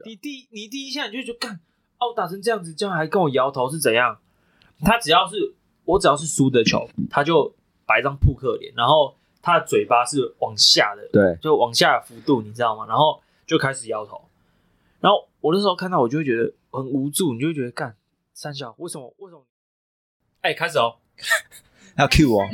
你第一下你就觉得干，我打成这样子，这样还跟我摇头是怎样？我只要是输的球，他就摆一张扑克脸，然后他的嘴巴是往下的， 对， 就往下的幅度，你知道吗？然后就开始摇头。然后我那时候看到，我就会觉得很无助，你就会觉得干三小为什么？开始哦， 要 Q 我。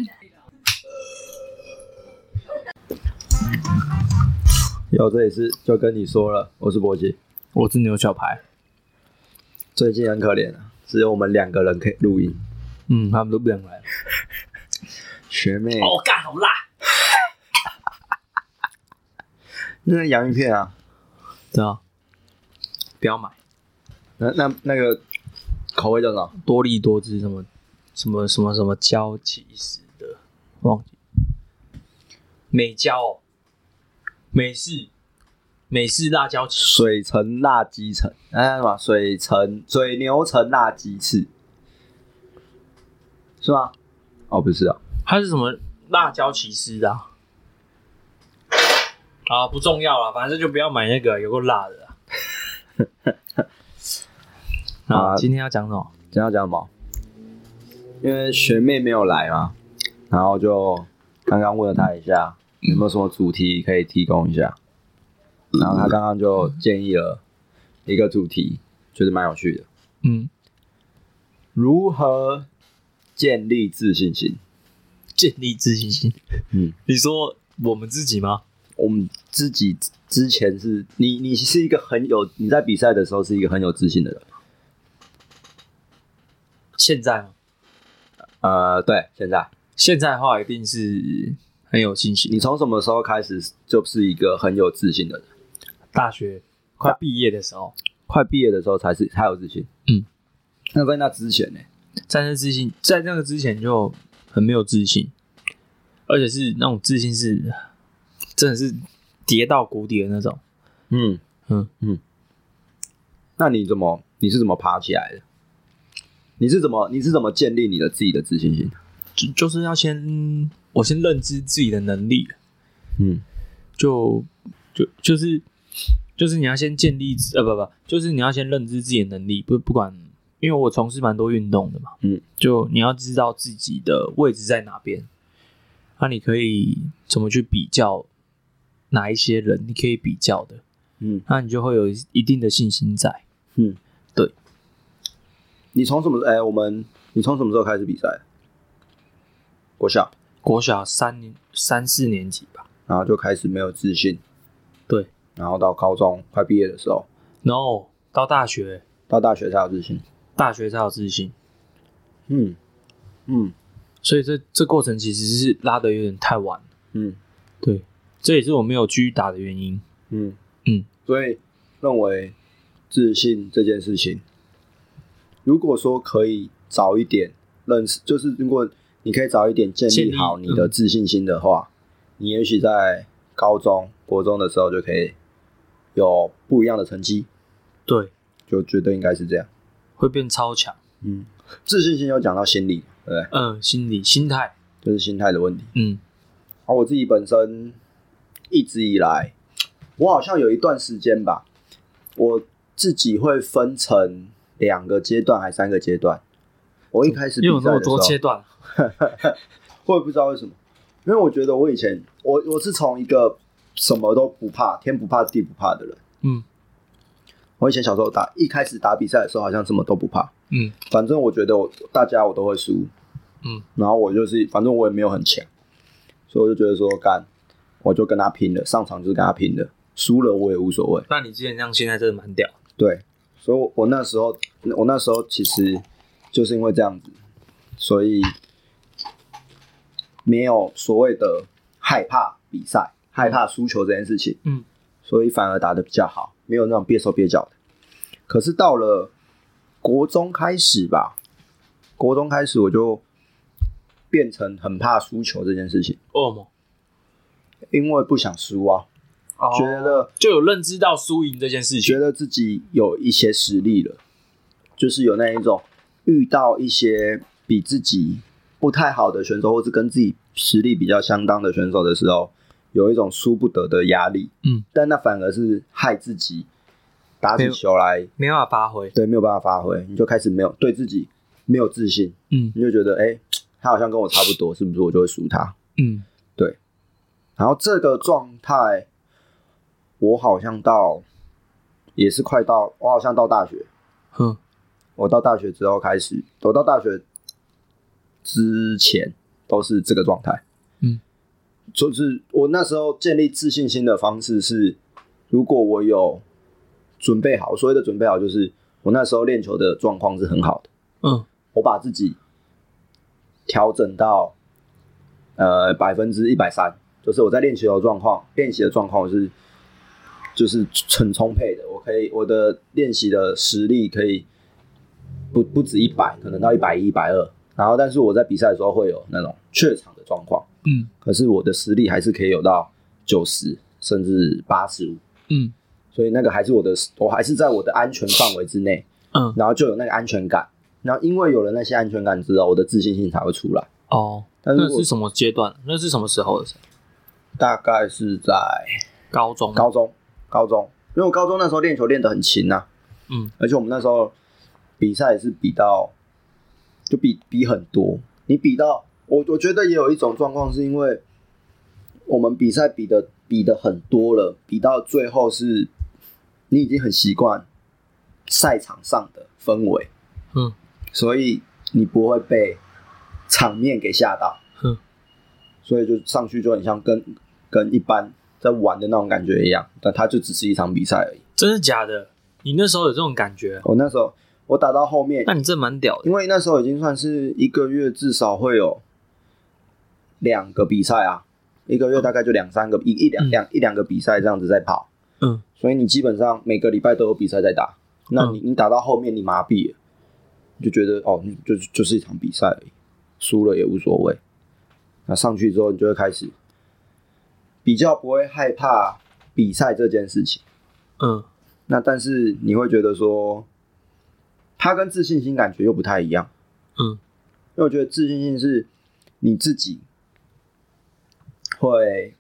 有，这也是就跟你说了，我是博基， 我是牛小排。 最近很可怜啊，只有我们2个人可以录音。 他们都不想来。 学妹， 干好辣！ 那洋芋片啊， 对啊，不要买。 那个口味叫什么？ 多利多汁什么椒起司的，忘记。美椒哦，美式辣椒起司， 水橙辣鸡翅，什么水牛城辣鸡翅，是吗？哦，不是啊， 它是什么辣椒起司的啊？不重要啦，反正就不要买那个有够辣的啦。今天要讲什么？ 今天要讲什么？因为学妹没有来嘛，然后就刚刚问了她一下，有没有什么主题可以提供一下？然后她刚刚就建议了一个主题，觉得蛮有趣的。如何建立自信心？ 建立自信心。你说我们自己吗？ 我们自己之前是你是一个你在比赛的时候是一个很有自信的人。 现在吗？ 对，现在的话一定是很有信心。 你从什么时候开始就是一个很有自信的人？ 大学快毕业的时候才有自信。那在那之前呢？ 在那个之前就很没有自信，而且是那种自信是真的是跌到谷底的那种。 那你是怎么爬起来的？你是怎么建立你的自己的自信心？ 就是要我先认知自己的能力。就是你要先建立就是你要先认知自己的能力，不管，因为我从事蛮多运动的嘛。就你要知道自己的位置在哪边，那你可以怎么去比较哪一些人你可以比较的。那你就会有一定的信心在。对。 你从什么时候开始比赛？国小 3、4年级吧。 然后就开始没有自信。 对。 然后到高中快毕业的时候 ，no， 到大学才有自信。 所以这过程其实是拉得有点太晚了。对，这也是我没有继续打的原因。 所以认为自信这件事情，如果说可以早一点认识，就是如果你可以早一点建立好你的自信心的话，你也许在高中、国中的时候就可以有不一样的成绩。 对， 就觉得应该是这样， 会变超强。 自信心有讲到心理，对不对？ 心态就是心态的问题。我自己本身一直以来，我好像有一段时间吧，我自己会分成2个阶段还3个阶段。我一开始比赛的时候， 有那么多阶段， 我也不知道为什么，因为我觉得我以前我是从一个什么都不怕、天不怕地不怕的人。我以前小时候一开始打比赛的时候，好像什么都不怕。反正我觉得大家我都会输。然后我就是反正我也没有很强，所以我就觉得说我就跟他拼了，上场就是跟他拼了，输了我也无所谓。 那你之前这样，现在真的蛮屌。 对，所以我那时候其实就是因为这样子，所以没有所谓的害怕比赛、害怕输球这件事情。所以反而打得比较好，没有那种憋手憋脚的。可是到了国中开始我就变成很怕输球这件事情。因为不想输啊。觉得就有认知到输赢这件事情， 觉得自己有一些实力了，就是有那一种遇到一些比自己不太好的选手，或是跟自己实力比较相当的选手的时候，有一种输不得的压力。但那反而是害自己打起球来没办法发挥， 对，没有办法发挥，你就开始对自己没有自信，你就觉得他好像跟我差不多，是不是我就会输他？对。然后这个状态，我好像也是我好像到大学，我到大学之后开始，我到大学之前都是这个状态，就是我那时候建立自信心的方式是，如果我有准备好，所谓的准备好就是我那时候练球的状况是很好的，我把自己调整到130%，就是我在练习的状况就是很充沛的，我的练习的实力可以不止100，可能到110、120，然后但是我在比赛的时候会有那种怯场的状况，可是我的实力还是可以有到90甚至85，所以那个我还是在我的安全范围之内，然后就有那个安全感，然后因为有了那些安全感之后，我的自信心才会出来。但是那是什么阶段？那是什么时候的事？ 大概是在高中，因为我高中那时候练球练得很勤啊，而且我们那时候比赛也是比很多，你比到我觉得也有一种状况是因为我们比赛比得很多了，比到最后是你已经很习惯赛场上的氛围，所以你不会被场面给吓到，所以就上去就很像跟一般在玩的那种感觉一样，但它就只是一场比赛而已。 真的假的？你那时候有这种感觉？ 我那时候我打到后面， 那你这蛮屌的， 因为那时候已经算是一个月至少会有2个比赛啊，一个月大概就2-3个，一两个比赛这样子在跑，所以你基本上每个礼拜都有比赛在打。那你打到后面你麻痹了，你就觉得就是一场比赛而已，输了也无所谓。那上去之后，你就会开始比较不会害怕比赛这件事情，那但是你会觉得说，它跟自信心感觉又不太一样，因为我觉得自信心是你自己会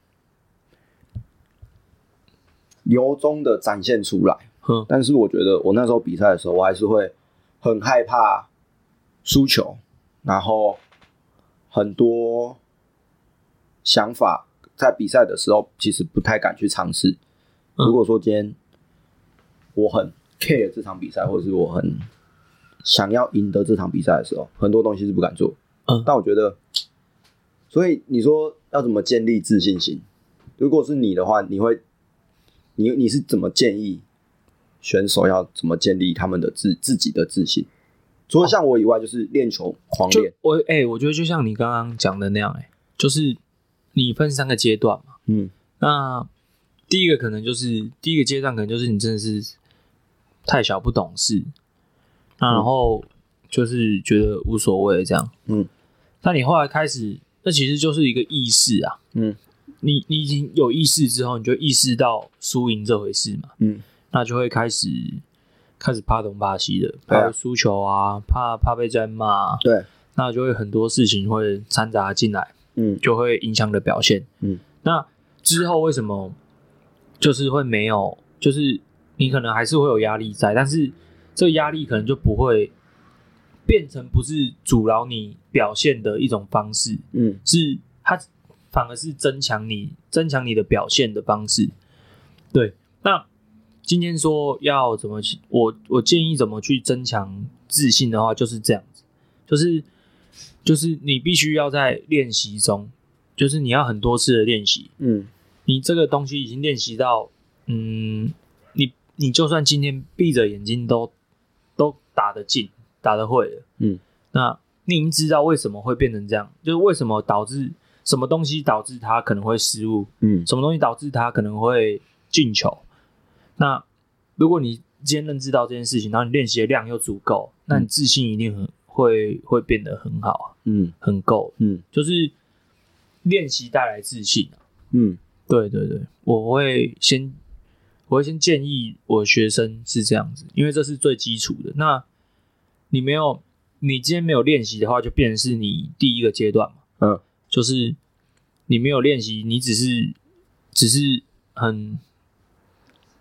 由衷的展现出来，但是我觉得我那时候比赛的时候，我还是会很害怕输球，然后很多想法在比赛的时候其实不太敢去尝试。如果说今天我很 care 这场比赛，或者是我很想要赢得这场比赛的时候，很多东西是不敢做。但我觉得，所以你说要怎么建立自信心？如果是你的话，你是怎么建议选手要怎么建立他们的自己的自信？除了像我以外，就是练球狂练。 我觉得就像你刚刚讲的那样，就是你分3个阶段嘛。那第一个阶段可能就是你真的是太小不懂事，然后就是觉得无所谓这样。那你后来开始，那其实就是一个意识啊。你已经有意识之后，你就意识到输赢这回事嘛。那就会开始怕东怕西的，怕输球啊，怕被再骂。 对， 那就会很多事情会掺杂进来，就会影响的表现。那之后为什么就是会没有？就是你可能还是会有压力在，但是这个压力可能就不会变成不是阻挠你表现的一种方式，是它反而是增强你的表现的方式。对，那今天说要怎么我建议怎么去增强自信的话，就是这样子，就是你必须要在练习中，就是你要很多次的练习，你这个东西已经练习到，你就算今天闭着眼睛都打得进，打得会了，那你已经知道为什么会变成这样，就是为什么导致什么东西导致他可能会失误，什么东西导致他可能会进球。那如果你今天认知到这件事情，然后你练习的量又足够，那你自信一定会变得很好，很够，就是练习带来自信啊，对对对，我会先建议我的学生是这样子，因为这是最基础的。那你今天没有练习的话，就变成是你第一个阶段嘛，就是你没有练习，你只是很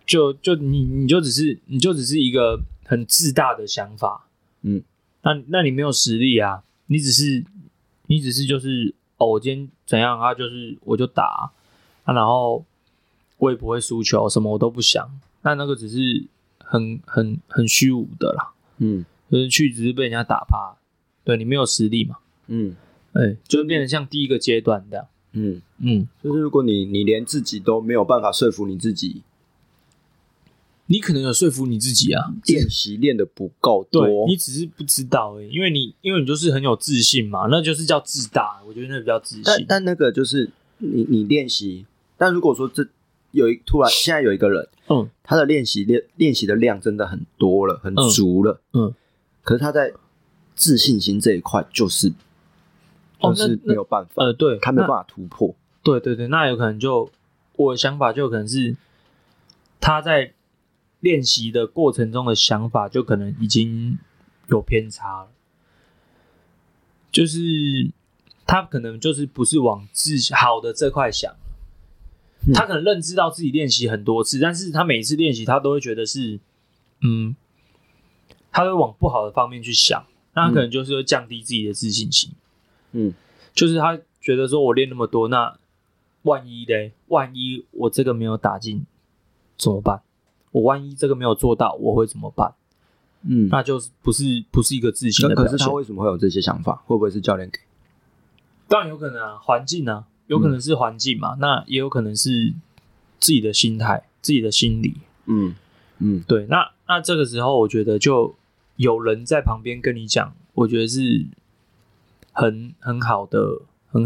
你就只是一个很自大的想法，那你没有实力啊，你只是就是我今天怎样啊，就是我就打啊，然后我也不会输球，什么我都不想，那个只是很虚无的啦，就是只是被人家打趴，对你没有实力嘛，就变成像第一个阶段这样， 就是如果你连自己都没有办法说服你自己。 你可能有说服你自己啊， 练习练得不够多， 对，你只是不知道因为你就是很有自信嘛，那就是叫自大，我觉得那比较自信。 但那个就是你练习，但如果说突然现在有一个人，他的练习的量真的很多了，很足了，可是他在自信心这一块就是没有办法， 对， 他没有办法突破， 对，那有可能我的想法就可能是他在练习的过程中的想法就可能已经有偏差了，就是他可能就是不是往好的这块想，他可能认知到自己练习很多次，但是他每一次练习他都会觉得是，他会往不好的方面去想，那他可能就是会降低自己的自信心，就是他觉得说我练那么多，那万一我这个没有打进怎么办？我万一这个没有做到，我会怎么办？那就是不是一个自信的表现。 可是他为什么会有这些想法？会不会是教练给？ 当然有可能啊，环境啊，有可能是环境嘛，那也有可能是自己的心态、自己的心理。对，那这个时候，我觉得就有人在旁边跟你讲，我觉得是很好的，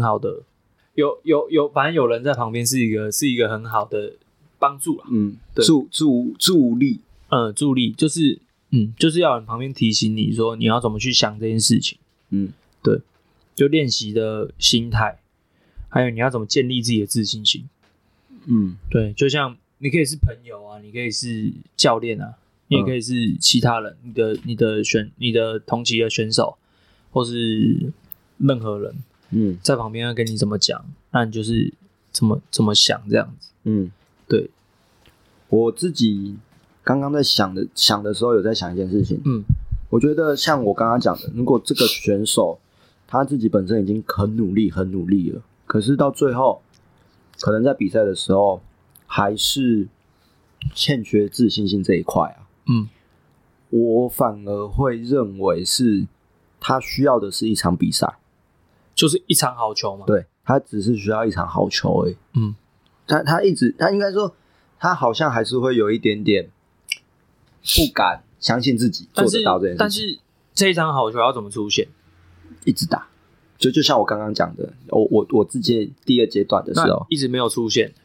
反正有人在旁边是一个很好的帮助啦， 助力， 助力就是要人旁边提醒你说你要怎么去想这件事情，对，就练习的心态，还有你要怎么建立自己的自信心，对，就像你可以是朋友啊，你可以是教练啊，你也可以是其他人，你的同期的选手，或是任何人，在旁边要跟你怎么讲，那你就是怎么想这样子，对， 我自己刚刚在想的时候，有在想一件事情。我觉得像我刚刚讲的，如果这个选手他自己本身已经很努力了，可是到最后可能在比赛的时候还是欠缺自信心这一块啊。我反而会认为是他需要的是一场比赛， 就是一场好球嘛。 对，他只是需要一场好球而已。他应该说。他好像还是会有一点点不敢相信自己做得到这件事情。 但是这一场好球要怎么出现？ 一直打，就像我刚刚讲的，我自己第二阶段的时候一直没有出现，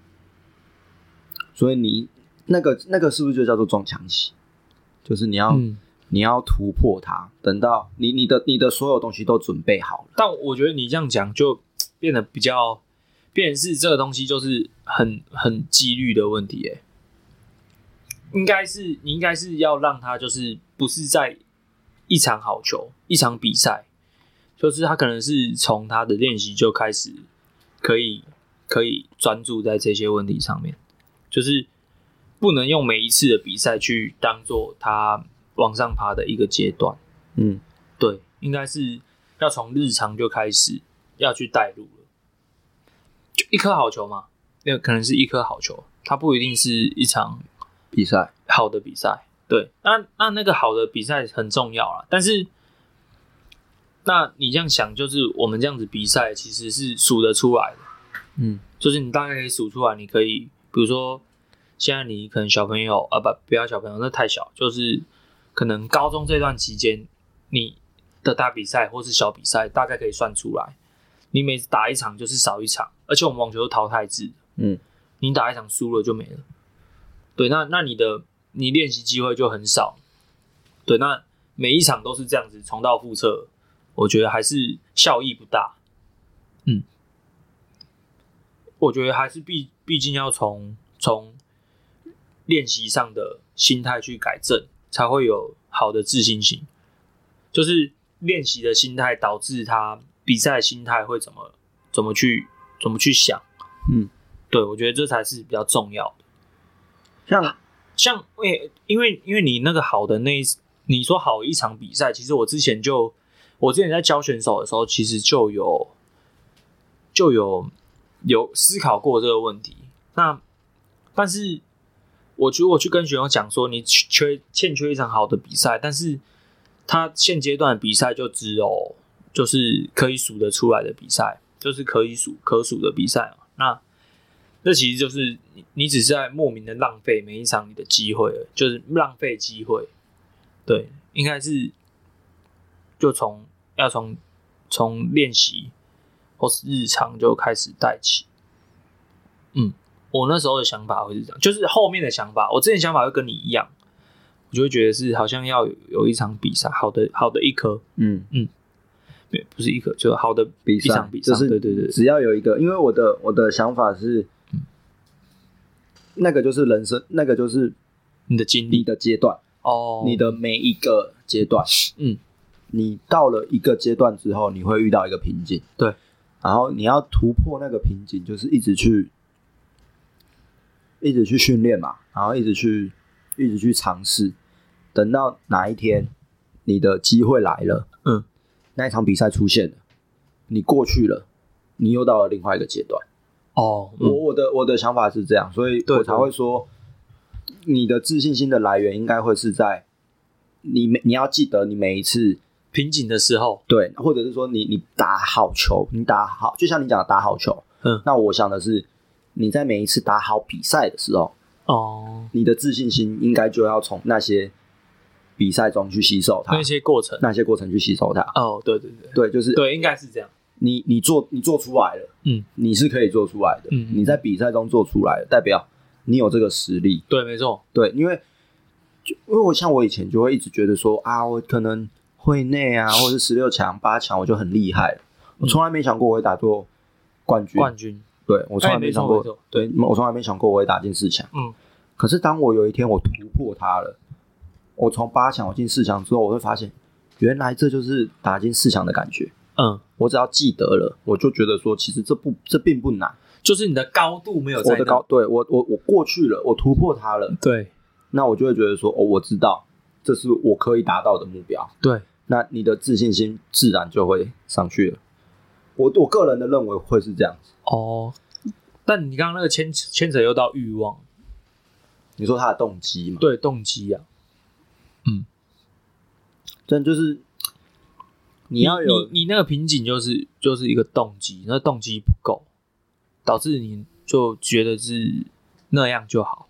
所以你那个是不是就叫做撞墙期？就是你要突破它，等到你的所有东西都准备好了。 但我觉得你这样讲就变得比较。变成是这个东西就是很几率的问题你应该是要让他就是不是在一场好球一场比赛，就是他可能是从他的练习就开始可以专注在这些问题上面，就是不能用每一次的比赛去当做他往上爬的一个阶段。对，应该是要从日常就开始要去带入。就一颗好球嘛，那可能是一颗好球，它不一定是一场比赛好的比赛。对，那个好的比赛很重要啦。但是，那你这样想，就是我们这样子比赛其实是数得出来的。就是你大概可以数出来，你可以，比如说现在你可能小朋友不要小朋友，那太小，就是可能高中这段期间，你的大比赛或是小比赛，大概可以算出来。你每次打一场就是少一场，而且我们网球是淘汰制，你打一场输了就没了。对，那你练习机会就很少。对，那每一场都是这样子重蹈覆辙，我觉得还是效益不大。我觉得还是毕竟要从练习上的心态去改正，才会有好的自信心。就是练习的心态导致他比赛的心态会怎么去想，对，我觉得这才是比较重要的。 像因为你那个好的你说好一场比赛，其实我之前在教选手的时候，其实就有思考过这个问题。但是我去跟选手讲说，你欠缺一场好的比赛，但是他现阶段的比赛就只有就是可以数得出来的比赛，就是可数的比赛嘛。那其实就是你只是在莫名的浪费每一场你的机会，就是浪费机会。对，应该是就从练习或是日常就开始带起。我那时候的想法会是这样，就是后面的想法，我之前想法会跟你一样，我就会觉得是好像要有一场比赛，好的一颗，不是一颗，就好的一场比赛， 就是对，只要有一个，因为我的想法是，那个就是人生，那个就是你的经历的阶段你的每一个阶段，你到了一个阶段之后，你会遇到一个瓶颈， 对， 然后你要突破那个瓶颈，就是一直去训练嘛，然后一直去尝试，等到哪一天你的机会来了，那一场比赛出现了，你过去了，你又到了另外一个阶段。我的想法是这样，所以我才会说，你的自信心的来源应该会是在你要记得你每一次瓶颈的时候， 对，或者是说你打好球，你打好，就像你讲的打好球，那我想的是你在每一次打好比赛的时候，你的自信心应该就要从那些比赛中去吸收它， 那些过程去吸收它。对，就是对，应该是这样。 你做出来了，你是可以做出来的，你在比赛中做出来了，代表你有这个实力。 对，没错。 对，因为我以前就会一直觉得说我可能会内或者是16强、8强，我就很厉害了。我从来没想过我会打做冠军。对，我从来没想过，对，我从来没想过我会打进4强。可是当我有一天我突破它了，我从8强我进4强之后，我会发现，原来这就是打进4强的感觉。我只要记得了，我就觉得说，其实这并不难， 就是你的高度没有在那， 对，我过去了，我突破它了， 对， 那我就会觉得说，我知道这是我可以达到的目标， 对， 那你的自信心自然就会上去了。我个人的认为会是这样子。 但你刚刚那个牵扯又到欲望， 你说他的动机嘛？ 对，动机啊， 真就是你要有你那个瓶颈就是一个动机，那动机不够，导致你就觉得是那样就好。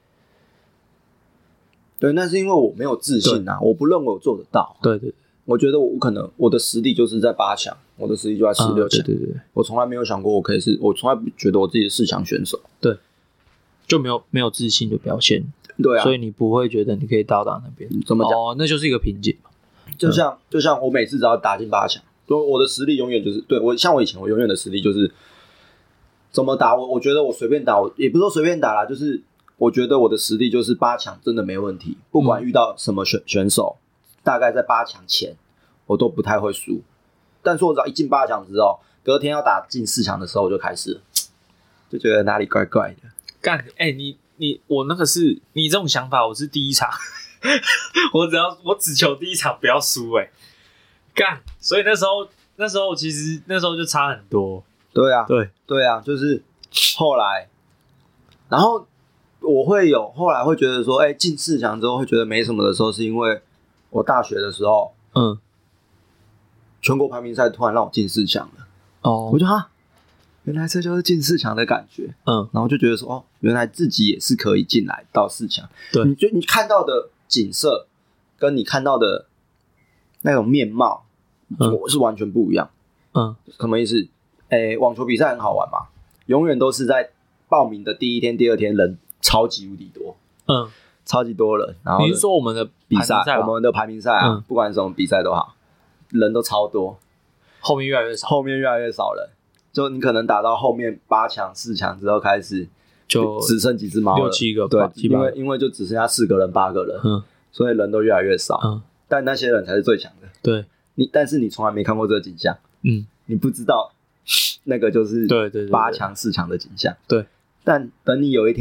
对，那是因为我没有自信啊，我不认为我做得到。 对， 我觉得我可能我的实力就是在8强，我的实力就在16强。 对， 我从来没有想过我从来不觉得我自己是4强选手。 对，就没有自信的表现。 对啊， 所以你不会觉得你可以到达那边。 怎么讲？ 那就是一个瓶颈嘛。 就像我每次只要打进8强，我的实力永远就是对我像我以前我永远的实力就是怎么打我觉得我随便打，我也不是说随便打啦，就是我觉得我的实力就是8强真的没问题，不管遇到什么选手，大概在8强前我都不太会输。但是我只要一进8强之后，隔天要打进4强的时候，我就开始了，就觉得哪里怪怪的。 干，我那个是你这种想法，我是第一场。我只求第一场不要输干，所以那时候其实那时候就差很多。 对啊，就是后来，然后我后来会觉得说，进4强之后会觉得没什么的时候，是因为我大学的时候，全国排名赛突然让我进4强了，我就原来这就是进4强的感觉，然后就觉得说，原来自己也是可以进来到4强。对，你看到的景色跟你看到的那种面貌，是完全不一样。什么意思？网球比赛很好玩嘛，永远都是在报名的第一天、第二天人超级无敌多，超级多人。然后你是说我们的比赛， 我们的排名赛啊，不管什么比赛都好，人都超多， 后面越来越少人。就你可能打到后面8强、4强之后开始，就只剩几只猫了， 6-7个， 对，因为就只剩下4个人、8个人，所以人都越来越少。但那些人才是最强的。 对， 但是你从来没看过这个景象，你不知道那个就是8强、4强的景象。 对， 但等你有一天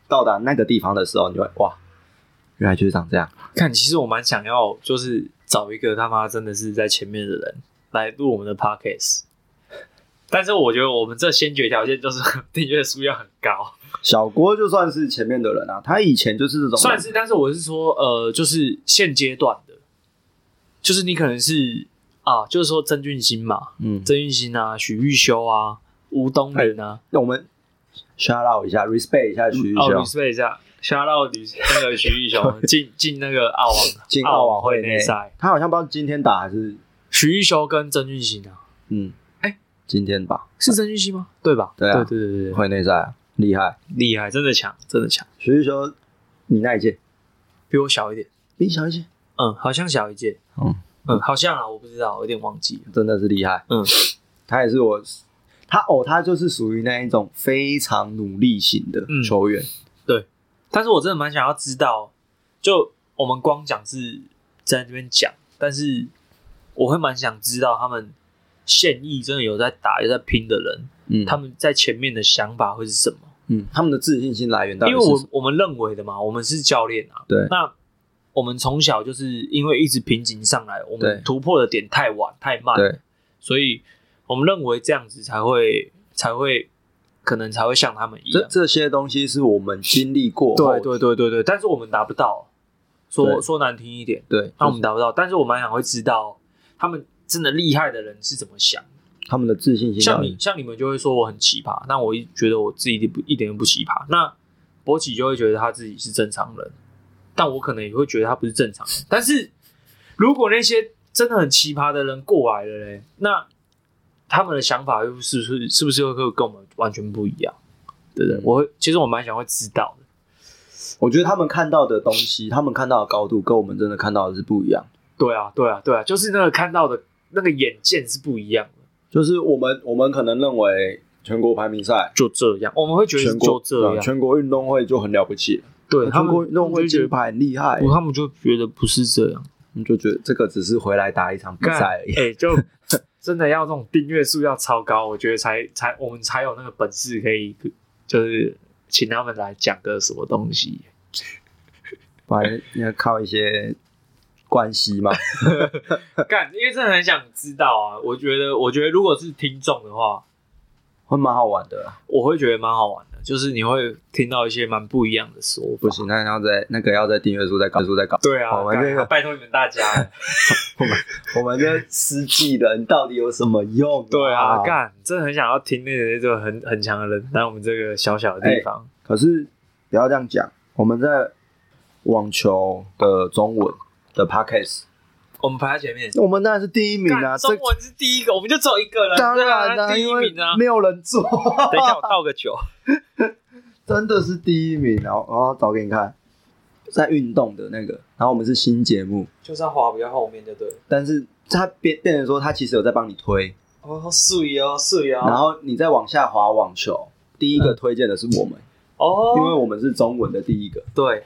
到达那个地方的时候，你会哇，原来就是长这样。 看，其实我蛮想要，就是找一个他妈真的是在前面的人来录我们的 podcast， 但是我觉得我们这先决条件就是订阅数要很高。 小郭就算是前面的人啊，他以前就是这种算是，但是我是说，就是现阶段的，就是你可能是啊，就是说曾俊欣嘛，曾俊欣啊，许玉修啊，吴东林啊， 那我们 shout out 一下 ，respect 一下许玉修 ，respect 一下 ，shout out 那个许玉修进那个进澳网会内赛， 他好像不知道今天打还是许玉修跟曾俊欣啊， 今天吧， 是曾俊欣吗？对吧？ 对啊， 对， 会内赛啊。厉害， 真的强，真的强。 许玉修，你那一届比我小一点， 比你小一届， 好像小一届，好像啊，我不知道，我有点忘记了。 真的是厉害，他也是他就是属于那一种非常努力型的球员， 对。但是我真的蛮想要知道，就我们光讲是在这边讲，但是我会蛮想知道他们现役真的有在打、有在拼的人，他们在前面的想法会是什么？ 他们的自信心来源到底是什么？ 因为我们认为的嘛，我们是教练啊， 对， 那我们从小就是因为一直瓶颈上来，我们突破的点太晚太慢， 对， 所以我们认为这样子才会可能才会像他们一样。 这些东西是我们经历过， 对，但是我们达不到。说难听一点， 对， 那我们达不到，但是我蛮想会知道他们真的厉害的人是怎么想。 他们的自信心， 像你们就会说我很奇葩，那我觉得我自己一点都不奇葩。那博奇就会觉得他自己是正常人，但我可能也会觉得他不是正常人。但是如果那些真的很奇葩的人过来了嘞，那他们的想法又是不是会跟我们完全不一样？对不对？其实我蛮想会知道的。 我觉得他们看到的东西，他们看到的高度，跟我们真的看到的是不一样。 对啊，就是那个看到的那个眼界是不一样的。 就是我们可能认为全国排名赛就这样，我们会觉得就这样， 全国运动会就很了不起了。 对， 全国运动会金牌很厉害， 他们就觉得不是这样， 你就觉得这个只是回来打一场比赛而已。 就真的要这种订阅数要超高，我觉得我们才有那个本事可以，就是请他们来讲个什么东西。 不然要靠一些关系嘛。 因为真的很想知道啊。我觉得如果是听众的话， 会蛮好玩的。 我会觉得蛮好玩的，就是你会听到一些蛮不一样的说法。 不行，那要在订阅数再搞。 对啊，拜托你们大家。 我们这实际人到底有什么用？ 对啊，真的很想要听那种很强的人来我们这个小小的地方。 可是不要这样讲，我们在网球的中文的 podcast， 我们排在前面， 我们当然是第一名啊！ 中文是第一个，我们就只有一个人， 当然第一名啊， 没有人做。 等一下，我倒个酒， 真的是第一名，然后找给你看，在运动的那个，然后我们是新节目， 就是要滑比较后面就对了。 但是他变成说，他其实有在帮你推水哦， 然后你再往下滑网球，第一个推荐的是我们因为我们是中文的第一个， 对。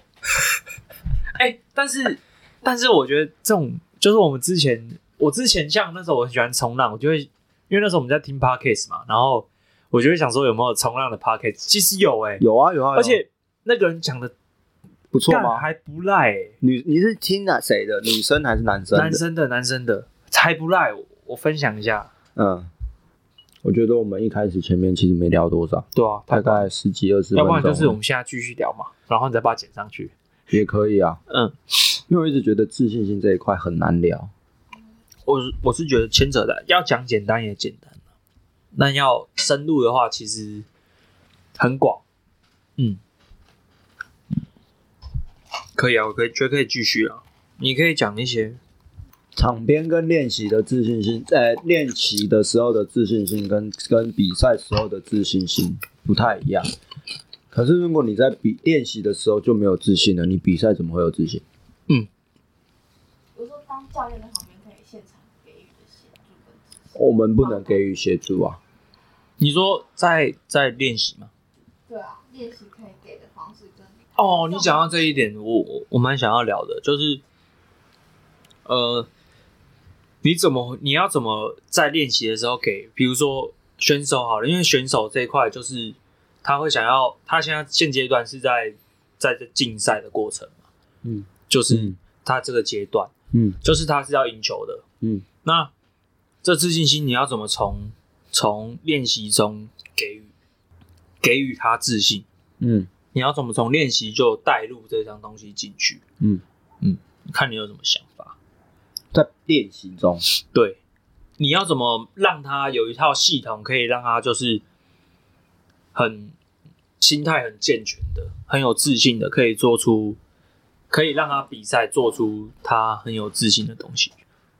但是我觉得这种就是我之前像那时候我很喜欢冲浪，我就会因为那时候我们在听 podcast 嘛，然后我就会想说有没有冲浪的 podcast， 其实有有啊， 而且那个人讲的不错吗？ 还不赖你是听谁的？女生还是男生的？ 男生的还不赖，我分享一下。 我觉得我们一开始前面其实没聊多少， 对啊， 大概10几20分钟， 要不然就是我们现在继续聊嘛，然后你再把它剪上去也可以啊。因为我一直觉得自信心这一块很难聊。 我是觉得牵扯的要讲简单也简单，但要深入的话其实很广。可以啊，我觉得可以继续啊。你可以讲一些场边跟练习的自信心，练习的时候的自信心跟比赛时候的自信心不太一样。可是如果你在练习的时候就没有自信了，你比赛怎么会有自信？ 比如说当教练在旁边可以现场给予的协助跟支持， 我们不能给予协助啊。 你说在练习吗？ 对啊，练习可以给的方式跟你讲到这一点，我蛮想要聊的，就是你要怎么在练习的时候给，比如说选手好了，因为选手这一块就是他会想要，他现阶段是在竞赛的过程嘛，就是他这个阶段，就是他是要赢球的，那这自信心你要怎么从练习中给予他自信？你要怎么从练习就带入这项东西进去？看你有什么想法， 在练习中， 对，你要怎么让他有一套系统，可以让他就是很心态很健全的，很有自信的，可以让他比赛做出他很有自信的东西。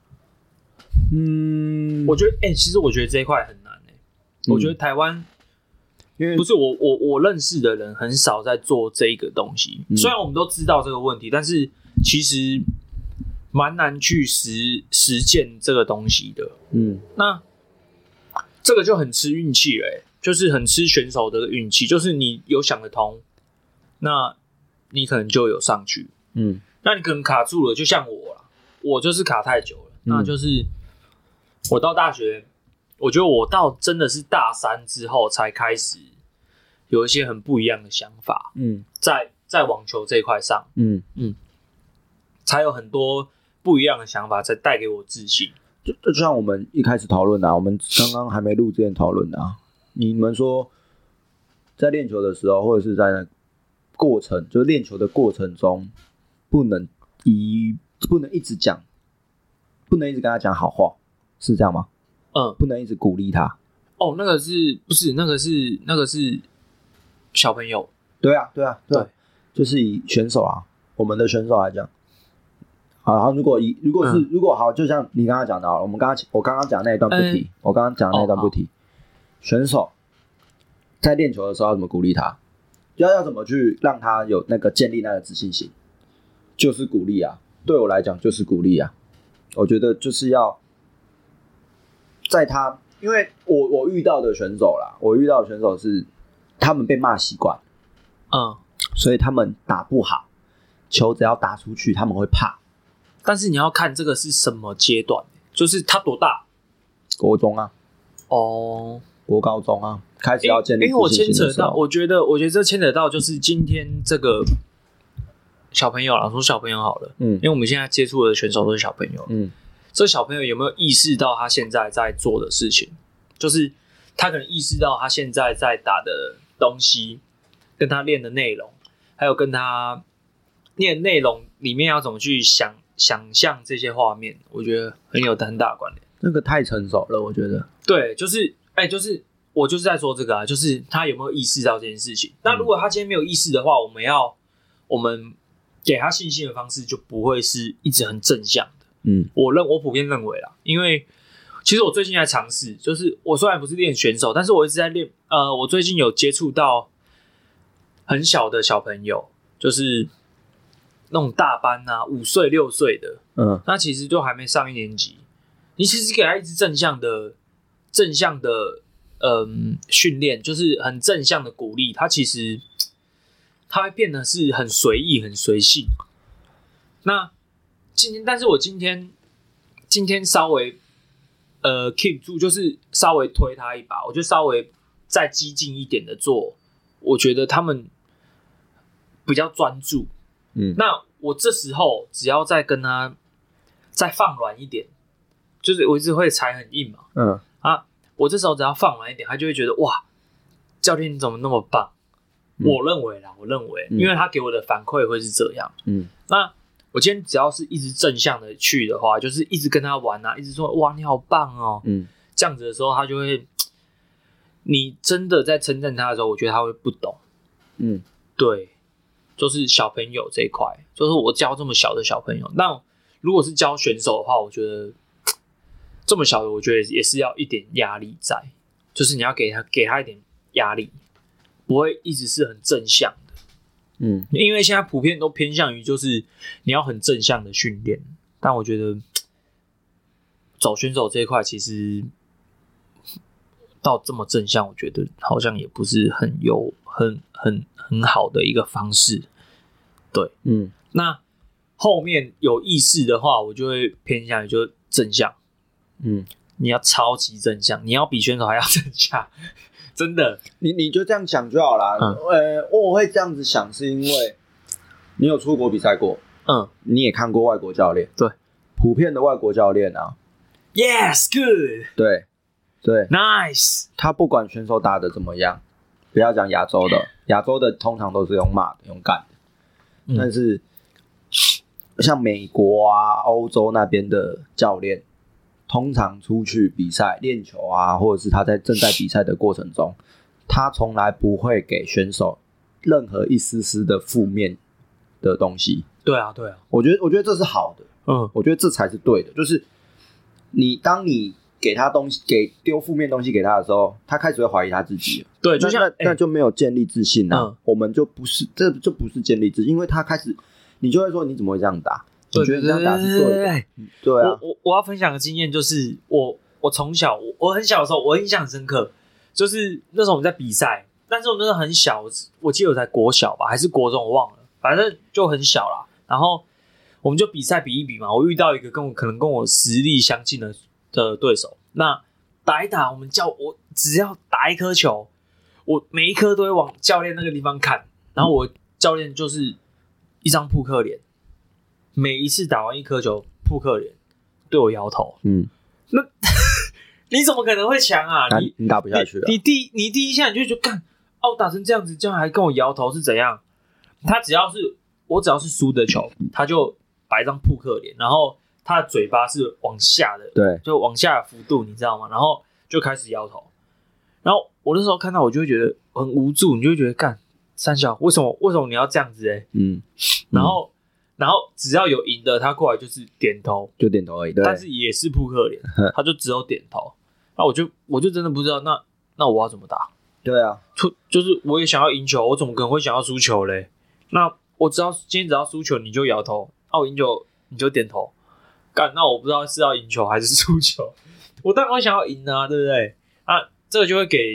我觉得，其实我觉得这一块很难我觉得台湾，因为不是我认识的人很少在做这个东西。虽然我们都知道这个问题，但是其实蛮难去实践这个东西的。那这个就很吃运气了就是很吃选手的运气。就是你有想得通，那你可能就有上去。那你可能卡住了，就像我啦，我就是卡太久了。那就是我到大学，我觉得我到真的是大3之后才开始有一些很不一样的想法。在网球这一块上，才有很多不一样的想法，才带给我自信。 就像我们一开始讨论的，我们刚刚还没录之前讨论的你们说在练球的时候，或者是在那过程，就是练球的过程中，不能一直讲，不能一直跟他讲好话，是这样吗？不能一直鼓励他。 那个是不是那个是小朋友？ 对，就是以选手我们的选手来讲，好，如果好，就像你刚刚讲的，我刚刚讲那一段不提，选手在练球的时候要怎么鼓励他，要怎么去让他有那个建立那个自信心，就是鼓励对我来讲就是鼓励我觉得就是要在他，因为我遇到的选手是他们被骂习惯，所以他们打不好，球只要打出去他们会怕。 但是你要看这个是什么阶段，就是他多大？ 国中国高中开始要建立自信心的时候。因为我牵扯到， 我觉得这牵扯到就是今天这个小朋友说小朋友好了，因为我们现在接触的选手都是小朋友，这小朋友有没有意识到他现在在做的事情？就是他可能意识到他现在在打的东西，跟他练的内容，还有跟他练的内容里面要怎么去想象这些画面，我觉得很有很大的关联。 那个太成熟了，我觉得。 对，就是我就是在说这个就是他有没有意识到这件事情。那如果他今天没有意识的话，我们给他信心的方式就不会是一直很正向的。我普遍认为啦，因为其实我最近在尝试，就是我虽然不是练选手，但是我一直在练。我最近有接触到很小的小朋友，就是那种大班5岁6岁的，那其实就还没上1年级。你其实给他一直正向的训练，就是很正向的鼓励，他其实他会变得是很随意、很随性。那但是我今天稍微keep 住，就是稍微推他一把，我就稍微再激进一点的做，我觉得他们比较专注。那我这时候只要再跟他再放软一点，就是我一直会踩很硬嘛，我这时候只要放软一点，他就会觉得哇，教练你怎么那么棒？我认为，因为他给我的反馈会是这样。那我今天只要是一直正向的去的话，就是一直跟他玩一直说哇你好棒哦，这样子的时候他就会，你真的在称赞他的时候，我觉得他会不懂。对，就是小朋友这一块，就是我教这么小的小朋友，那如果是教选手的话，我觉得这么小的，我觉得也是要一点压力在，就是你要给他一点压力，不会一直是很正向的。因为现在普遍都偏向于就是你要很正向的训练，但我觉得走选手这一块其实到这么正向，我觉得好像也不是很好的一个方式。对，那后面有意识的话，我就会偏向于就正向。你要超级正向，你要比选手还要正向， 真的， 你就这样想就好啦。我会这样子想，是因为你有出国比赛过，你也看过外国教练， 对， 普遍的外国教练啊 ，Yes, good， 对 ，Nice， 他不管选手打得怎么样，不要讲亚洲的通常都是用骂的、用干的，但是像美国啊、欧洲那边的教练，通常出去比赛练球啊，或者是他正在比赛的过程中，他从来不会给选手任何一丝丝的负面的东西。 对啊， 我觉得这是好的，我觉得这才是对的。就是当你给他东西，丢负面东西给他的时候，他开始会怀疑他自己了。 对，就像那就没有建立自信啊。我们就不是，这就不是建立自信，因为他开始，你就会说你怎么会这样打？我觉得这样打是对的。对啊， 我要分享的经验就是，我从小我很小的时候，我印象很深刻，就是那时候我们在比赛，但是我那时候很小，我记得我才国小吧，还是国中，我忘了，反正就很小啦。然后我们就比赛比一比嘛，我遇到一个可能跟我实力相近的对手，那打一打，我只要打一颗球，我每一颗都会往教练那个地方看，然后我教练就是一张扑克脸，每一次打完一颗球，扑克脸对我摇头，那你怎么可能会强啊？ 你打不下去了。 你第一下你就觉得干，我打成这样子，这样还跟我摇头是怎样？我只要是输的球，他就摆一张扑克脸，然后他的嘴巴是往下的， 对， 就往下的幅度，你知道吗？然后就开始摇头。然后我那时候看到，我就会觉得很无助，你就会觉得干三小，为什么你要这样子然后只要有赢的，他过来就是点头， 就点头而已，对。 但是也是扑克脸，他就只有点头。那我就真的不知道，那我要怎么打？ 对啊， 就是我也想要赢球，我怎么可能会想要输球嘞？那我今天只要输球你就摇头，我赢球你就点头，干，那我不知道是要赢球还是输球，我当然会想要赢啊，对不对？这个就会给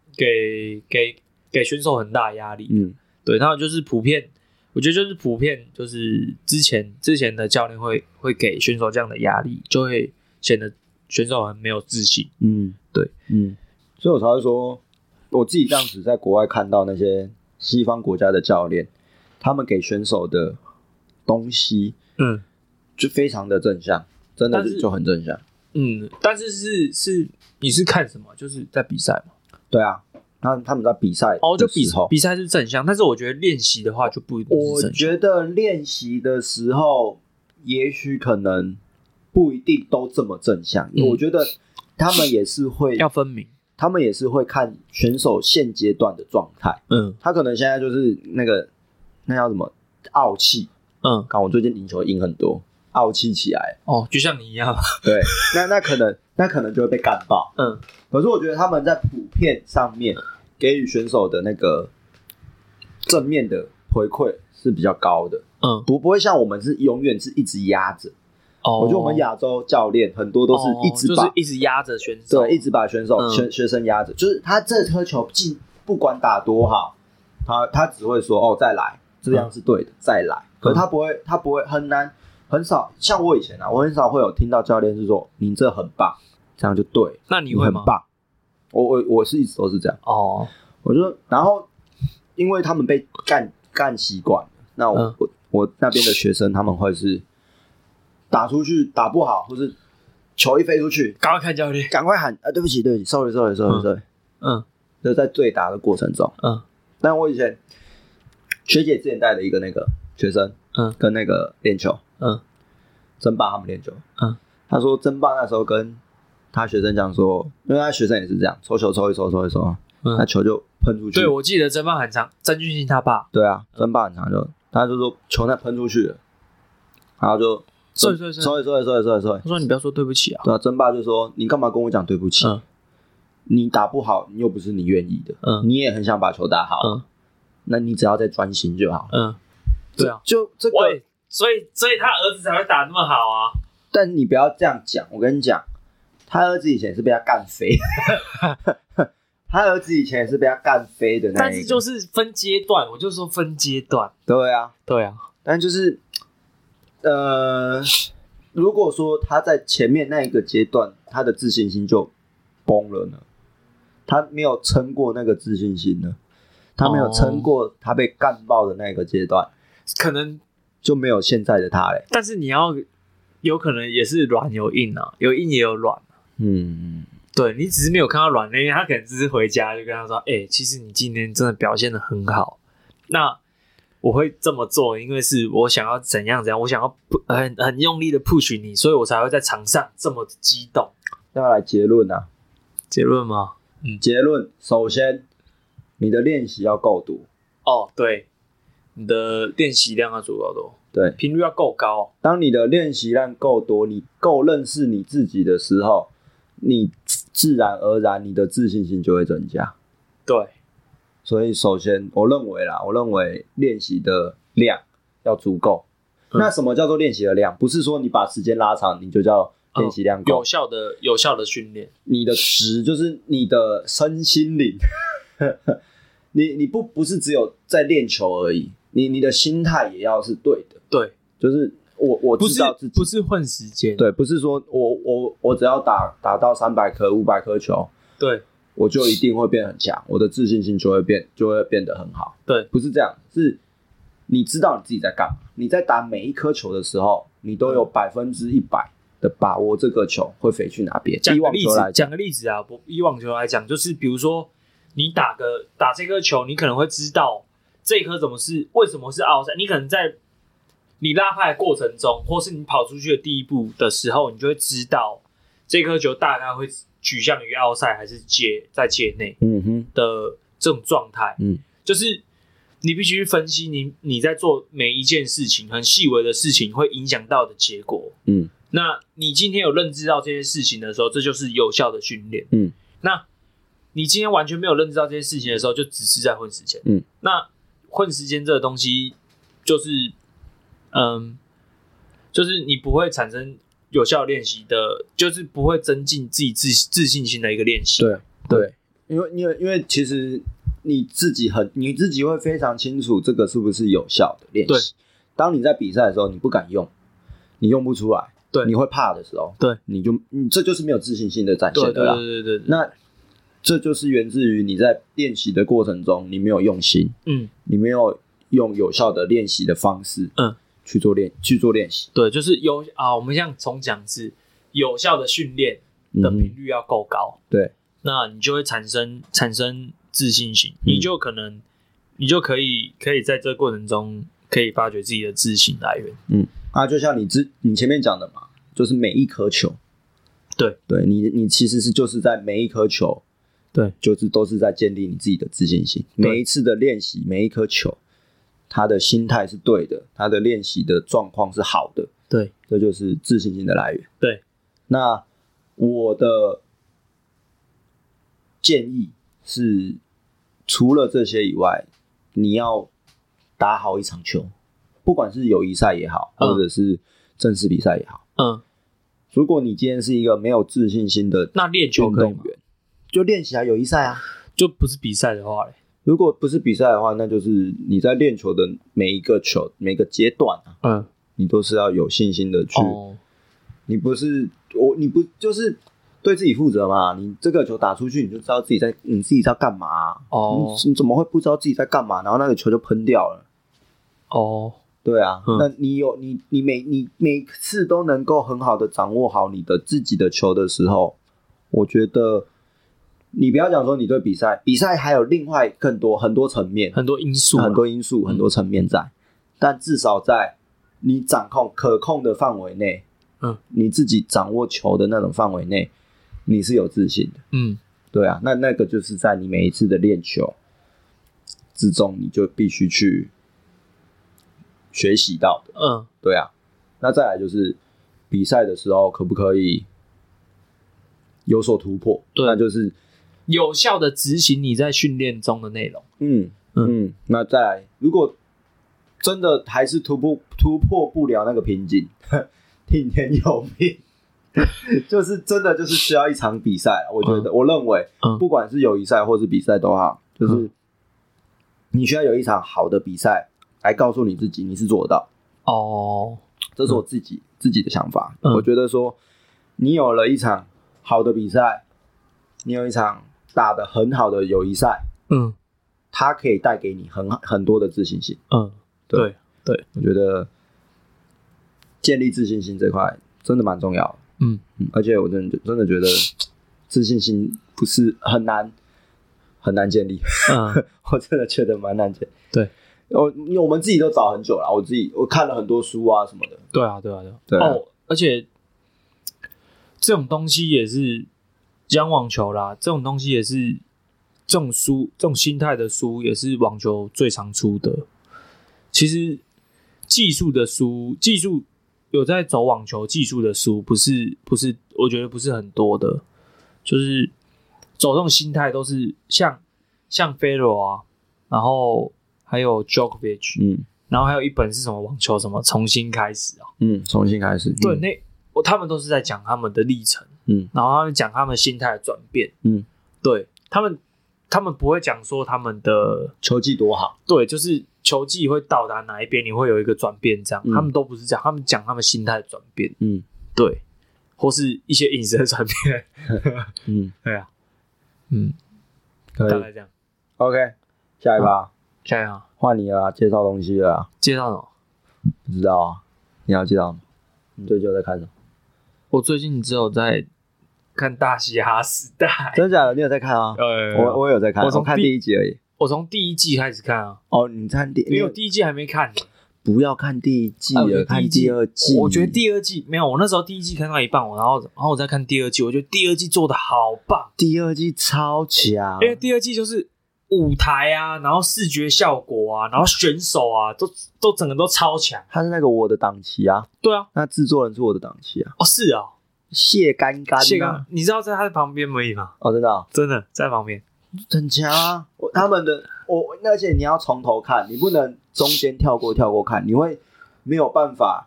选手很大的压力，对，然后就是普遍，我觉得就是普遍，就是之前的教练会给选手这样的压力，就会显得选手很没有自信，对， 所以我才会说，我自己这样子在国外看到那些西方国家的教练，他们给选手的东西，就非常的正向，真的就很正向。 但是你是看什么？就是在比赛嘛？ 对啊，他们在比赛就比赛是正向，但是我觉得练习的话就不一定是正向。 我觉得练习的时候，也许可能不一定都这么正向，我觉得他们也是会要分明。 他们也是会看选手现阶段的状态，他可能现在就是那叫什么傲气，看我最近赢球赢很多，傲气起来， 就像你一样， 对，那可能就会被干爆，可是我觉得他们在普遍上面给予选手的那个正面的回馈是比较高的，不会像我们是永远是一直压着。我觉得我们亚洲教练很多都是一直压着选手， 对，一直把选手、学生压着，就是他这颗球进，不管打多好，他只会说再来，这样是对的，再来。可是他不会很少，像我以前我很少会有听到教练是说你这很棒，这样就对。 那你会吗？ 很棒，我是一直都是这样。我就然后因为他们被干习惯了，那我那边的学生他们会是。打出去打不好，或是球一飞出去， 赶快看教练， 赶快喊对不起 sorry， 就在对打的过程中，但我以前学姐之前带的一个那个学生，跟那个练球，争霸他们练球，他说争霸那时候跟他学生讲说，因为他学生也是这样，抽球抽一抽，那球就喷出去。 对，我记得争霸很长，曾俊欣他爸， 对啊，争霸很长，他就说球那喷出去了，然后就。sorry， 他说你不要说对不起啊。 对啊，争霸就说你干嘛跟我讲对不起？你打不好，你又不是你愿意的，你也很想把球打好，那你只要再专心就好。 对啊， 就这个， 所以他儿子才会打那么好啊。 但你不要这样讲，我跟你讲，他儿子以前是被他干飞，他儿子以前也是被他干飞的那一个。 但是就是分阶段，我就说分阶段。 对啊， 但就是。如果说他在前面那一个阶段，他的自信心就崩了呢， 他没有撑过那个自信心呢，他没有撑过他被干爆的那个阶段， 可能就没有现在的他嘞。 但是你要有可能也是软有硬啊，有硬也有软啊。对，你只是没有看到软那边，他可能只是回家就跟他说：“其实你今天真的表现得很好。那我会这么做，因为是我想要怎样怎样，我想要很用力的 push 你，所以我才会在场上这么激动。” 要来结论啊？ 结论吗？ 结论，首先你的练习要够多。 对，你的练习量要足够多， 对， 频率要够高。 当你的练习量够多，你够认识你自己的时候，你自然而然你的自信心就会增加。 对， 所以首先我认为练习的量要足够。那什么叫做练习的量？不是说你把时间拉长你就叫练习量够。 有效的训练。你的值就是你的身心灵你不是只有在练球而已，你的心态也要是对的。 对， 就是我知道自己不是混时间。 对，不是说我只要打到300颗500颗球， 对， 我就一定会变很强，我的自信心就会变得很好。 对， 不是这样，是你知道你自己在干嘛。你在打每一颗球的时候，你都有100%的把握这个球会飞去哪边。 讲个例子啊，以网球来讲，就是比如说你打这颗球，你可能会知道这一颗为什么是 outside， 你可能在你拉拍的过程中，或是你跑出去的第一步的时候，你就会知道这颗球大概会取向于 outside 还是在界内的这种状态。就是你必须去分析你在做每一件事情很细微的事情会影响到的结果。那你今天有认知到这些事情的时候，这就是有效的训练。那你今天完全没有认知到这些事情的时候，就只是在混时间。那混时间这个东西就是就是你不会产生有效练习的，就是不会增进自己自信心的一个练习。 对，因为其实你自己会非常清楚这个是不是有效的练习。当你在比赛的时候，你不敢用，你用不出来，对，你会怕的时候，对，你这就是没有自信心的展现的啦。对。那这就是源自于你在练习的过程中，你没有用心，你没有用有效的练习的方式，去做练习。 对，就是我们像重讲是有效的训练的频率要够高， 对， 那你就会产生自信心，你就可以在这个过程中可以发掘自己的自信来源。 就像你前面讲的嘛，就是每一颗球，对你其实就是在每一颗球，对，就是都是在建立你自己的自信心。每一次的练习，每一颗球，他的心态是对的，他的练习的状况是好的，对，这就是自信心的来源。对，那我的建议是，除了这些以外，你要打好一场球，不管是友谊赛也好，或者是正式比赛也好。如果你今天是一个没有自信心的那练球可以吗？ 就练习友谊赛啊， 就不是比赛的话嘞。 如果不是比赛的话，那就是你在练球的每一个球、每个阶段你都是要有信心的去。你不就是对自己负责嘛？你这个球打出去，你就知道你自己在干嘛。你怎么会不知道自己在干嘛？然后那个球就喷掉了。对啊，那你每次都能够很好的掌握好你的自己的球的时候，我觉得。你不要讲说你对比赛还有另外很多层面，很多因素，很多层面在，但至少在你掌控可控的范围内，你自己掌握球的那种范围内，你是有自信的，对啊，那个就是在你每一次的练球之中，你就必须去学习到的，对啊，那再来就是比赛的时候可不可以有所突破？对，那就是有效的执行你在训练中的内容。 那再来，如果真的还是突破不了那个瓶颈，听天由命，就是真的就是需要一场比赛。我认为，不管是友谊赛或是比赛都好，就是你需要有一场好的比赛来告诉你自己你是做得到。这是我自己的想法。我觉得说，你有了一场好的比赛，你有一场打得很好的友谊赛，它可以带给你很多的自信心。对，我觉得建立自信心这块真的蛮重要的。而且我真的觉得自信心不是很难建立。我真的觉得蛮难建立。 对。 因为我们自己都找很久了，我看了很多书啊什么的。对啊。 而且这种东西也是讲网球啦，这种东西也是这种书，这种心态的书也是网球最常出的。其实技术有在走网球技术的书，不是，我觉得不是很多的，就是走这种心态都是像 Federer 啊，然后还有 Djokovic，然后还有一本是什么网球什么重新开始啊， 重新开始， 对，他们都是在讲他们的历程，然后他们讲他们心态的转变，对，他们不会讲说他们的球技多好， 对，就是球技会到达哪一边，你会有一个转变，这样，他们都不是这样，他们讲他们心态的转变，对，或是一些饮食的转变，对啊，大概这样 ，OK， 下一把。换你了，介绍东西了。 介绍什么？ 不知道啊，你要介绍吗？你最近有在看什么？ 我最近只有在看《大嘻哈时代》。 真的假的？你有在看啊？我也有在看，我看第一集而已。 我从第一季开始看啊。 你看因为我第一季还没看呢。 不要看第一季了，看第二季。 我觉得第二季没有，我那时候第一季看到一半，然后我再看第二季，我觉得第二季做的好棒， 第二季超强， 因为第二季就是舞台啊，然后视觉效果啊，然后选手啊，都整个都超强。 他是那个我的档期啊， 对啊， 那制作人是我的档期啊。 是啊， 谢干干啊， 你知道在他的旁边而已吗？ 真的， 真的在旁边， 很强啊。他们的而且你要从头看，你不能中间跳过看，你会没有办法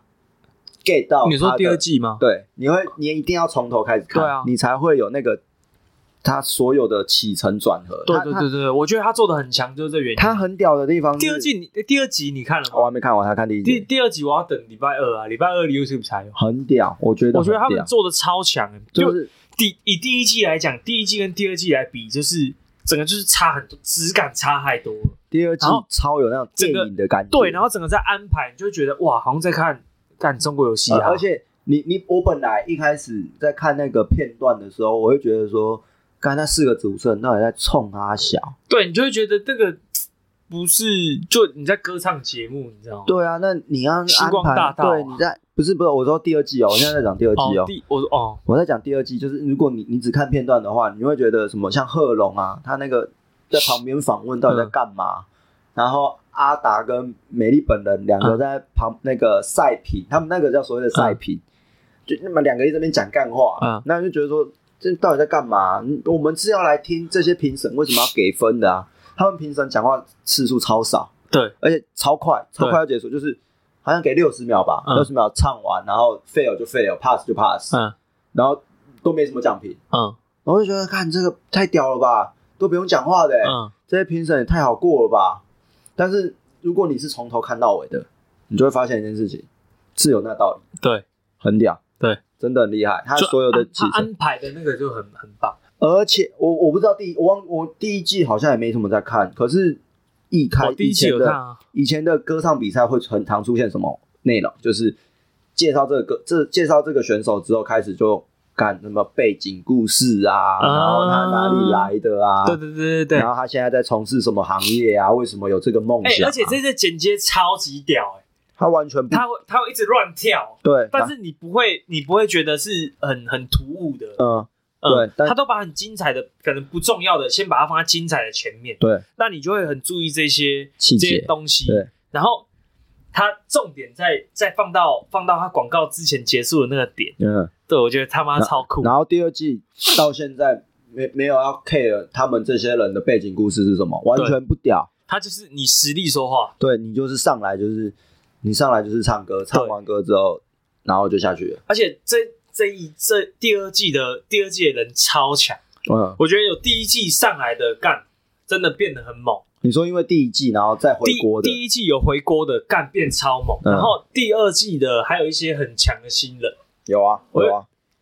get 到。 你说第二季吗？ 对，你一定要从头开始看，对啊，你才会有那个。他所有的起承转合， 对，我觉得他做的很强，就是这原因。 他很屌的地方是， 第二集你看了吗？ 我还没看完，才看第一集。 第二集我要等礼拜二啊，礼拜二 YouTube 才有。 很屌，我觉得他们做的超强，就是以第一季来讲，第一季跟第二季来比，就是整个就是差很多，质感差太多了。 第二季超有那种电影的感觉， 对，然后整个在安排，你就会觉得哇，好像在看中国有嘻哈。 而且我本来一开始在看那个片段的时候，我会觉得说。刚才那4个主持人到底在冲他小？ 对，你就会觉得这个不是就你在歌唱节目，你知道吗？ 对啊，那你要安排星光大道，对，你在不是我说第二季哦，我现在在讲第二季哦。我在讲第二季，就是如果你只看片段的话，你会觉得什么像贺龙啊，他那个在旁边访问到底在干嘛？然后阿达跟美丽本人两个在那个赛评，他们那个叫所谓的赛评，就那么两个一直在那边讲干话，那就觉得说。这到底在干嘛？我们是要来听这些评审为什么要给分的啊？他们评审讲话次数超少， 对， 而且超快要结束，就是好像给60秒吧，60秒唱完，然后 fail 就 fail，pass 就 pass，然后都没什么奖评，我就觉得看这个太屌了吧，都不用讲话的，这些评审也太好过了吧。但是如果你是从头看到尾的，你就会发现一件事情是有那道理， 对， 很屌， 对。 真的很厉害，他所有的他安排的那个就很棒， 而且我不知道我第一季好像也没什么在看，可是第一季有看啊。以前的歌唱比赛会很常出现什么内容，就是介绍这个选手之后，开始就干什么背景故事啊，然后他哪里来的啊， 对， 然后他现在在从事什么行业啊，为什么有这个梦想， 而且这次剪接超级屌他完全不， 他会一直乱跳， 对， 但是你不会觉得是很突兀的， 对， 他都把很精彩的，可能不重要的，先把它放在精彩的前面， 对， 那你就会很注意这些东西， 对， 然后他重点再放到他广告之前结束的那个点，对，我觉得他妈超酷。 然后第二季到现在没有要 care 他们这些人的背景故事是什么，完全不屌， 他就是你实力说话， 对你就是上来就是唱歌，唱完歌之后，然后就下去了。 而且这第二季的人超强，我觉得有第一季上来的干，真的变得很猛。 你说因为第一季然后再回锅的， 第一季有回锅的干变超猛，然后第二季的还有一些很强的新人。 有啊。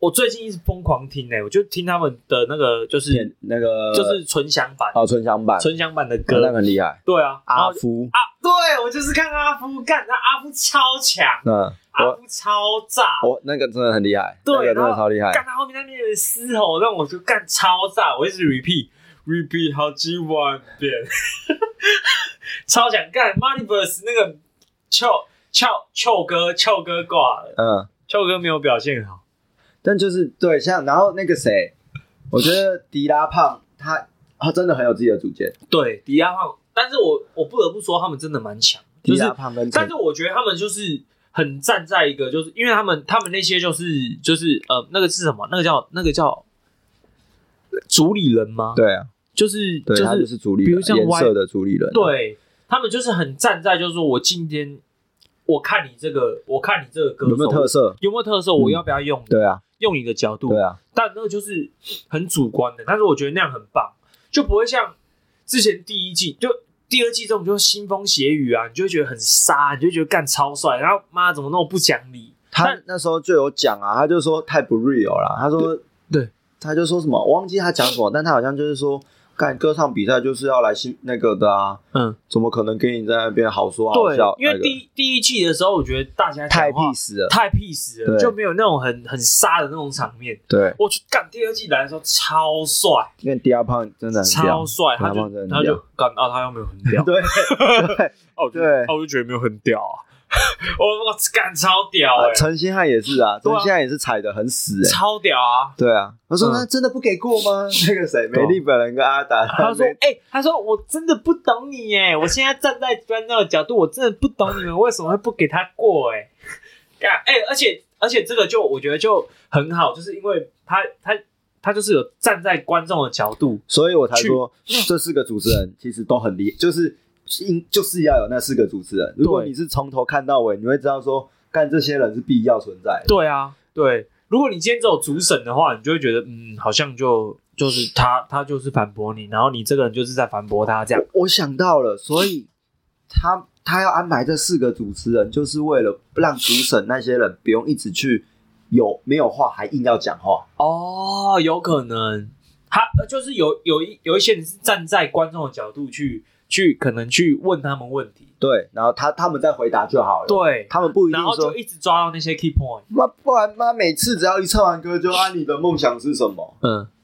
我最近一直疯狂听我就听他们的那个就是那个就是纯享版纯享版的歌， 那个很厉害。 对啊， 阿夫对我就是看阿夫干，那阿夫超强，阿夫超炸， 那个真的很厉害， 对， 那个真的超厉害。 干他后面那边的嘶吼让我就干超炸，我一直 repeat 好几万遍，超强干 Multiverse 那个臭哥挂了，臭哥没有表现好， 但就是对像然后那个谁，我觉得迪拉胖他真的很有自己的主见， 对迪拉胖，但是我不得不说他们真的蛮强， 迪拉胖跟但是我觉得他们就是很站在一个，就是因为他们那些就是那个是什么？那个叫主理人吗？ 对啊， 就是他就是主理人，比如像颜色的主理人， 对他们就是很站在，就是说我今天我看你这个歌手有没有特色， 我要不要用？ 对啊， 用你的角度， 对啊， 但那个就是很主观的，但是我觉得那样很棒，就不会像之前第一季就。第二季这种就腥风血雨啊，你就会觉得很杀，你就会觉得干超帅，然后妈怎么那么不讲理？ 他那时候就有讲啊，他就说太不 real 了，他说对， 他就说什么，我忘记他讲什么，但他好像就是说，干歌唱比赛就是要来那个的啊，怎么可能给你在那边好说好笑？ 因为第一季的时候，我觉得大家太 peace 了， 就没有那种很杀的那种场面。 对， 我去干第二季来的时候超帅， 因为迪亚胖真的很超帅，他就干他又没有很屌， 对， 我就觉得没有很屌啊。我干超屌陈星汉也是啊，陈星汉也是踩得很死超屌啊！ 对啊，他说那真的不给过吗？那个谁，美丽本人跟阿达， 他说我真的不懂你耶，我现在站在观众的角度，我真的不懂你们为什么会不给他过而且这个就我觉得就很好，就是因为他就是有站在观众的角度， 所以我才说这4个主持人其实都很厉害，就是要有那4个主持人。如果你是从头看到尾，你会知道说，干这些人是必要存在的。 对啊，对。如果你今天只有主审的话，你就会觉得，好像就是他就是反驳你，然后你这个人就是在反驳他这样。 我想到了，所以他要安排这4个主持人，就是为了让主审那些人不用一直去没有话还硬要讲话。 哦，有可能他就是有一些人是站在观众的角度去可能去问他们问题， 对，然后他们再回答就好了， 对， 他们不一定说， 然后就一直抓到那些 key point， 不然每次只要一唱完歌就你的梦想是什么？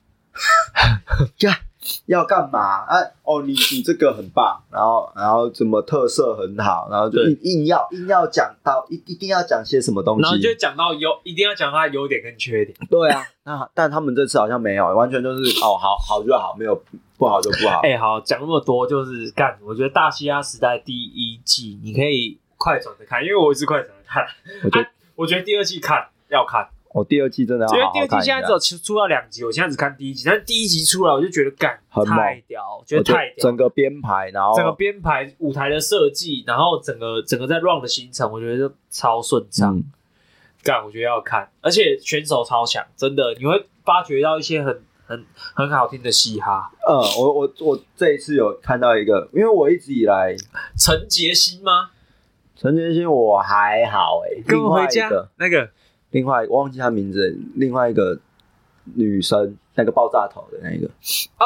要干嘛啊？你这个很棒，然后怎么特色很好，然后就硬要讲到一定要讲些什么东西， 然后就讲到一定要讲他优点跟缺点。 对啊，但他们这次好像没有，完全就是好就好，没有不好就不好。 好，讲那么多就是干。我觉得《大嘻哈时代》第1季你可以快转的看，因为我也是快转的看。我觉得第2季要看。 第2季真的要好好看一下。 因为第2季现在只有出到2集，我现在只看第1集，但是第1集出来我就觉得干太屌，觉得太屌， 整个编排，然后整个编排舞台的设计，然后整个在 run 的行程，我觉得超顺畅。干，我觉得要看，而且选手超强，真的你会发掘到一些很好听的嘻哈。 我这一次有看到一个，因为我一直以来陈杰希吗？ 陈杰希我还好跟我回家那个。 另外我忘记他名字，另外一个女生，那个爆炸头的那个。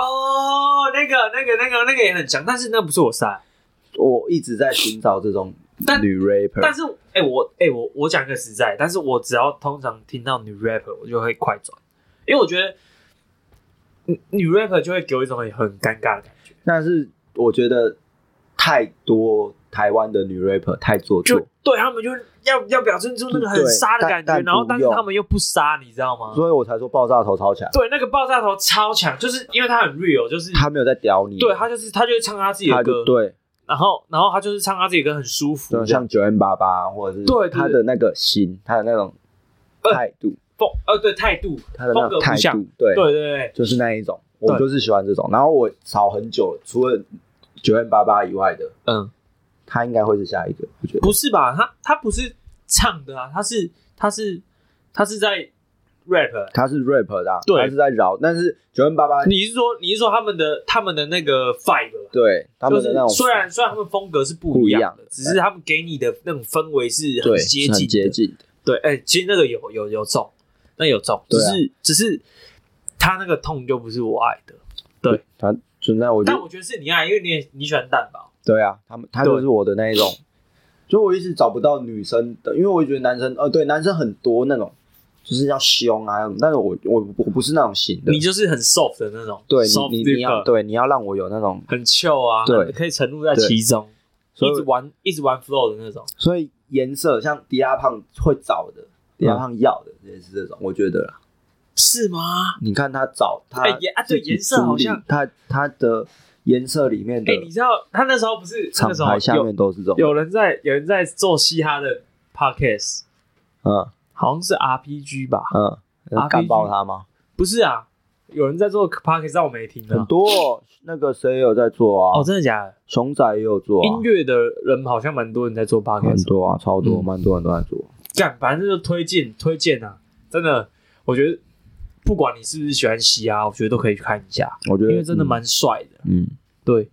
那个也很强，但是那不是我赛。 我一直在寻找这种女 rapper， 但是我讲一个实在，但是我只要通常听到女 rapper， 我就会快转，因为我觉得女 rapper 就会给我一种很尴尬的感觉。 但是我觉得太多台湾的女 rapper 太做作， 就对他们就要表现出那个很杀的感觉，然后但是他们又不杀，你知道吗？ 所以我才说爆炸头超强。 对，那个爆炸头超强，就是因为他很 real， 就是他没有在屌你。 对，他就会唱他自己的歌， 对， 然后他就是唱他自己的歌很舒服， 像9m88或者是对他的那个心，他的那种态度， 对态度， 他的那种态度，对，就是那一种，我就是喜欢这种。然后我找很久，除了9m88以外的，他应该会是下一个，我觉得不是吧？他不是唱的啊，他是在 rap， 他是 rap 的， 对， 他是在饶。但是9m88， 你是说他们的那个 vibe， 对，他们的那种虽然他们风格是不一样的，只是他们给你的那种氛围是很接近的。对，其实那个有中。 那有中，只是他那个痛就不是我爱的，对， 他存在但我觉得是你爱，因为你喜欢蛋堡， 对啊，他就是我的那一种，就我一直找不到女生的，因为我觉得男生对男生很多那种。就是要凶啊，但是我不是那种型的， 你就是很 soft 的那种， 对你要让我有那种很 chill 啊，对，可以沉入在其中，一直玩 flow 的那种。 所以颜色像迪亚胖会找的，迪亚胖要的也是这种，我觉得啦， 是吗？ 你看他找他， 对颜色好像他的颜色里面的， 你知道他那时候不是厂牌下面都是这种， 有人在做嘻哈的 podcast， 好像是 RPG 吧？ 干爆他吗？ 不是啊，有人在做 podcast， 但我没听到。 很多那个谁也有在做啊？ 哦，真的假的？ 熊仔也有做啊。 音乐的人好像蛮多人在做 podcast， 很多啊，超多，蛮多人都在做。 反正就推荐啊！真的，我觉得不管你是不是喜欢嘻哈，我觉得都可以去看一下。我觉得因为真的蛮帅的。对。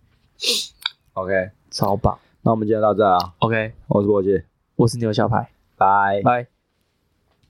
OK， 超棒。 那我们今天到这啊。 OK， 我是郭杰， 我是牛小排， 拜。